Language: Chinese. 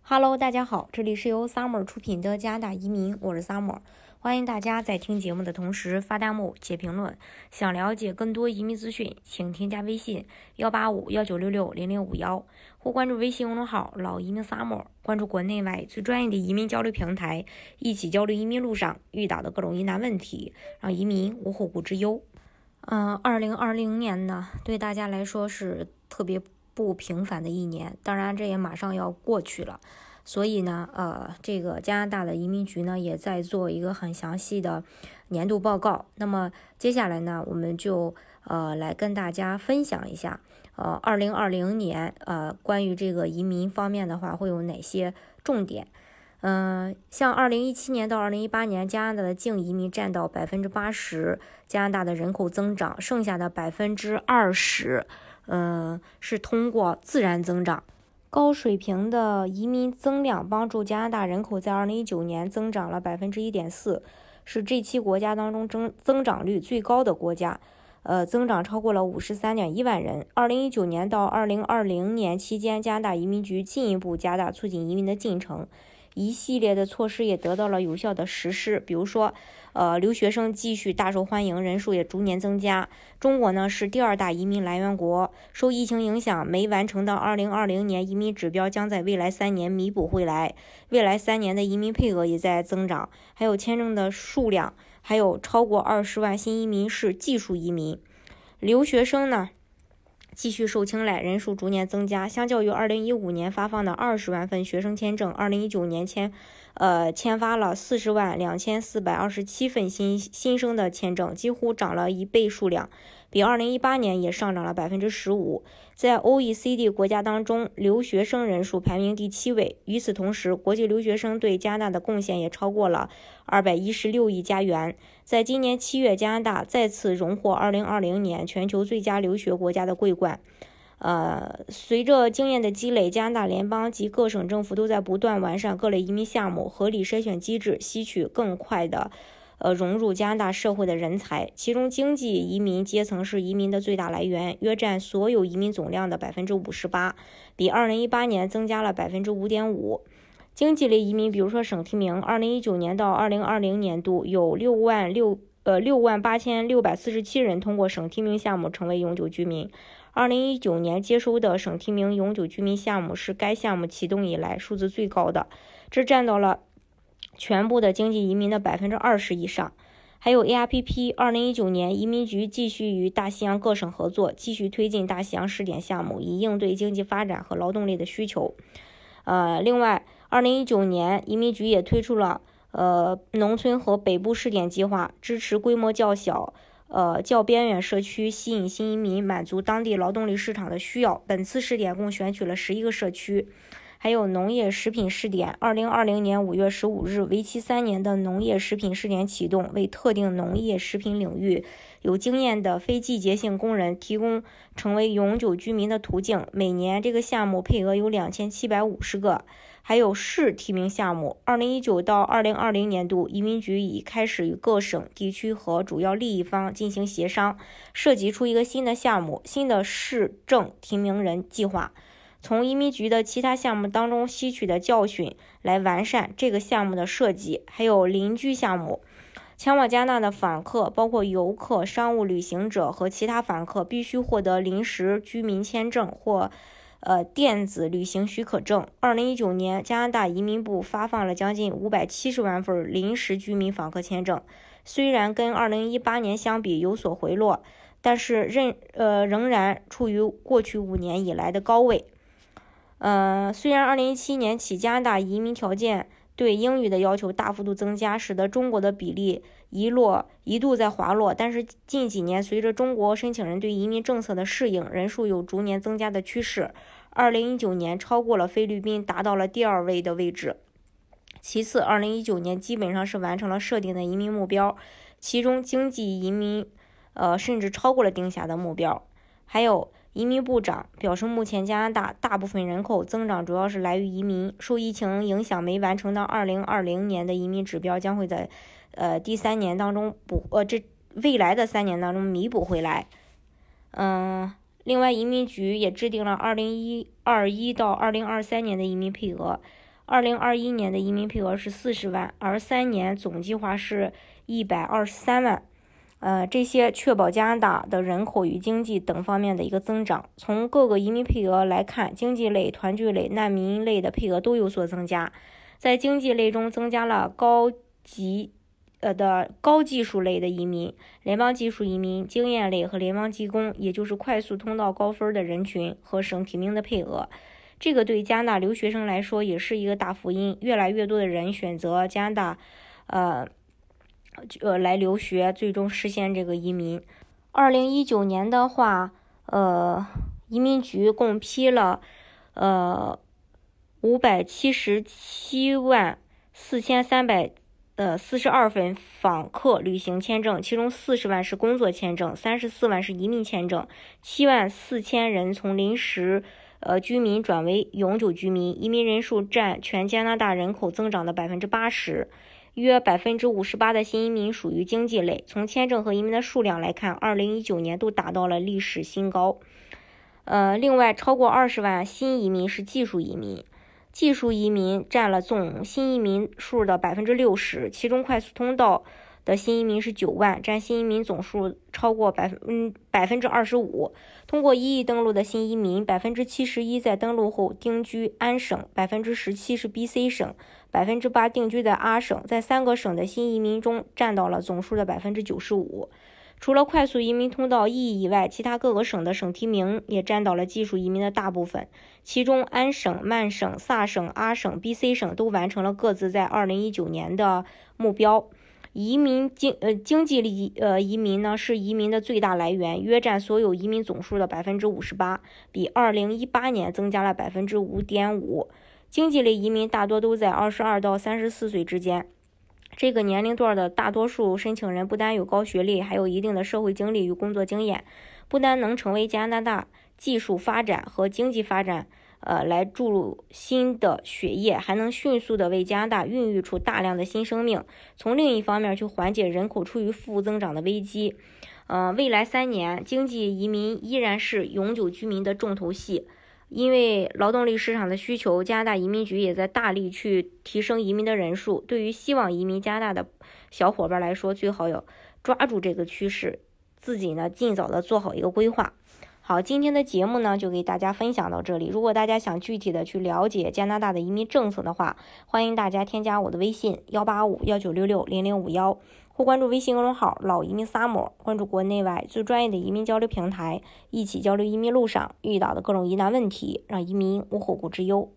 Hello，大家好，这里是由 Summer 出品的加拿大移民，我是 Summer，欢迎大家在听节目的同时发弹幕、写评论。想了解更多移民资讯，请添加微信18519660051，或关注微信公众号老移民 Summer， 关注国内外最专业的移民交流平台，一起交流移民路上遇到的各种疑难问题，让移民无后顾之忧。2020年呢，对大家来说是特别不平凡的一年，当然这也马上要过去了，所以呢，这个加拿大的移民局呢也在做一个很详细的年度报告。那么接下来呢，我们就来跟大家分享一下，2020年关于这个移民方面的话会有哪些重点。像2017年到2018年，加拿大的净移民占到80%，加拿大的人口增长，剩下的20%，是通过自然增长。高水平的移民增量帮助加拿大人口在2019年增长了1.4%，是这7国家当中增长率最高的国家。增长超过了53.1万人。2019年到2020年期间，加拿大移民局进一步加大促进移民的进程。一系列的措施也得到了有效的实施，比如说，留学生继续大受欢迎，人数也逐年增加。中国呢是第2大移民来源国，受疫情影响，没完成的2020年移民指标将在未来3年弥补回来。未来3年的移民配额也在增长，还有签证的数量，还有超过20万新移民是技术移民。留学生呢继续受青睐，人数逐年增加。相较于2015年发放的20万份学生签证，2019年签发了40万2427份新生的签证，几乎涨了1倍数量，比2018年也上涨了15%。在 OECD 国家当中，留学生人数排名第7位。与此同时，国际留学生对加拿大的贡献也超过了216亿加元。在今年7月，加拿大再次荣获2020年全球最佳留学国家的桂冠。随着经验的积累，加拿大联邦及各省政府都在不断完善各类移民项目，合理筛选机制，吸取更快的融入加拿大社会的人才。其中经济移民阶层是移民的最大来源，约占所有移民总量的58%，比2018年增加了5.5%。经济类移民，比如说省提名，2019年到2020年度有68647人通过省提名项目成为永久居民。2019年接收的省提名永久居民项目是该项目启动以来数字最高的，这占到了全部的经济移民的20%以上。还有 ARPP， 2019年移民局继续与大西洋各省合作，继续推进大西洋试点项目，以应对经济发展和劳动力的需求。另外2019年移民局也推出了农村和北部试点计划，支持规模较小较边远社区，吸引新移民，满足当地劳动力市场的需要。本次试点共选取了11个社区。还有农业食品试点，2020年5月15日，为期3年的农业食品试点启动，为特定农业食品领域有经验的非季节性工人提供成为永久居民的途径。每年这个项目配额有2750个。还有市提名项目，2019到2020年度，移民局已开始与各省、地区和主要利益方进行协商，设计出一个新的项目，新的市政提名人计划，从移民局的其他项目当中吸取的教训来完善这个项目的设计。还有邻居项目，前往加拿大的访客，包括游客、商务旅行者和其他访客，必须获得临时居民签证或电子旅行许可证。2019年，加拿大移民部发放了将近570万份临时居民访客签证，虽然跟2018年相比有所回落，但是仍然处于过去5年以来的高位。虽然2017年起，加拿大移民条件对英语的要求大幅度增加，使得中国的比例一度在滑落，但是近几年随着中国申请人对移民政策的适应，人数有逐年增加的趋势。2019年超过了菲律宾，达到了第2位的位置。其次，2019年基本上是完成了设定的移民目标，其中经济移民甚至超过了定下的目标。还有移民部长表示，目前加拿大大部分人口增长主要是来于移民，受疫情影响没完成到2020年的移民指标将会在第3年当中未来的3年当中弥补回来。另外，移民局也制定了2021到2023年的移民配额。 2021年的移民配额是40万，而3年总计划是123万。这些确保加拿大的人口与经济等方面的一个增长。从各个移民配额来看，经济类、团聚类、难民类的配额都有所增加。在经济类中，增加了高技术类的移民、联邦技术移民、经验类和联邦技工，也就是快速通道高分的人群和省提名的配额。这个对加拿大留学生来说也是一个大福音，越来越多的人选择加拿大来留学，最终实现这个移民。2019年的话，移民局共批了577万4342份访客旅行签证，其中40万是工作签证，34万是移民签证，7万4千人从临时居民转为永久居民，移民人数占全加拿大人口增长的80%。约58%的新移民属于经济类。从签证和移民的数量来看，2019年都达到了历史新高。另外，超过20万新移民是技术移民，技术移民占了总新移民数的60%，其中快速通道的新移民是9万，占新移民总数超过25%。通过移登陆的新移民，71%在登陆后定居安省，17%是 BC 省，8%定居在阿省，在3个省的新移民中占到了总数的95%。除了快速移民通道 E 以外，其他各个省的省提名也占到了技术移民的大部分，其中安省、曼省、萨省、阿省、BC 省都完成了各自在2019年的目标。经济类移民呢是移民的最大来源，约占所有移民总数的58%，比2018年增加了5.5%。经济类移民大多都在22到34岁之间。这个年龄段的大多数申请人不单有高学历，还有一定的社会经历与工作经验，不单能成为加拿大技术发展和经济发展来注入新的血液，还能迅速的为加拿大孕育出大量的新生命，从另一方面去缓解人口处于负增长的危机。未来3年经济移民依然是永久居民的重头戏。因为劳动力市场的需求，加拿大移民局也在大力去提升移民的人数。对于希望移民加拿大的小伙伴来说，最好要抓住这个趋势，自己呢尽早的做好一个规划。好，今天的节目呢就给大家分享到这里。如果大家想具体的去了解加拿大的移民政策的话，欢迎大家添加我的微信18519660051，或关注微信公众号老移民萨摩，关注国内外最专业的移民交流平台，一起交流移民路上遇到的各种疑难问题，让移民无后顾之忧。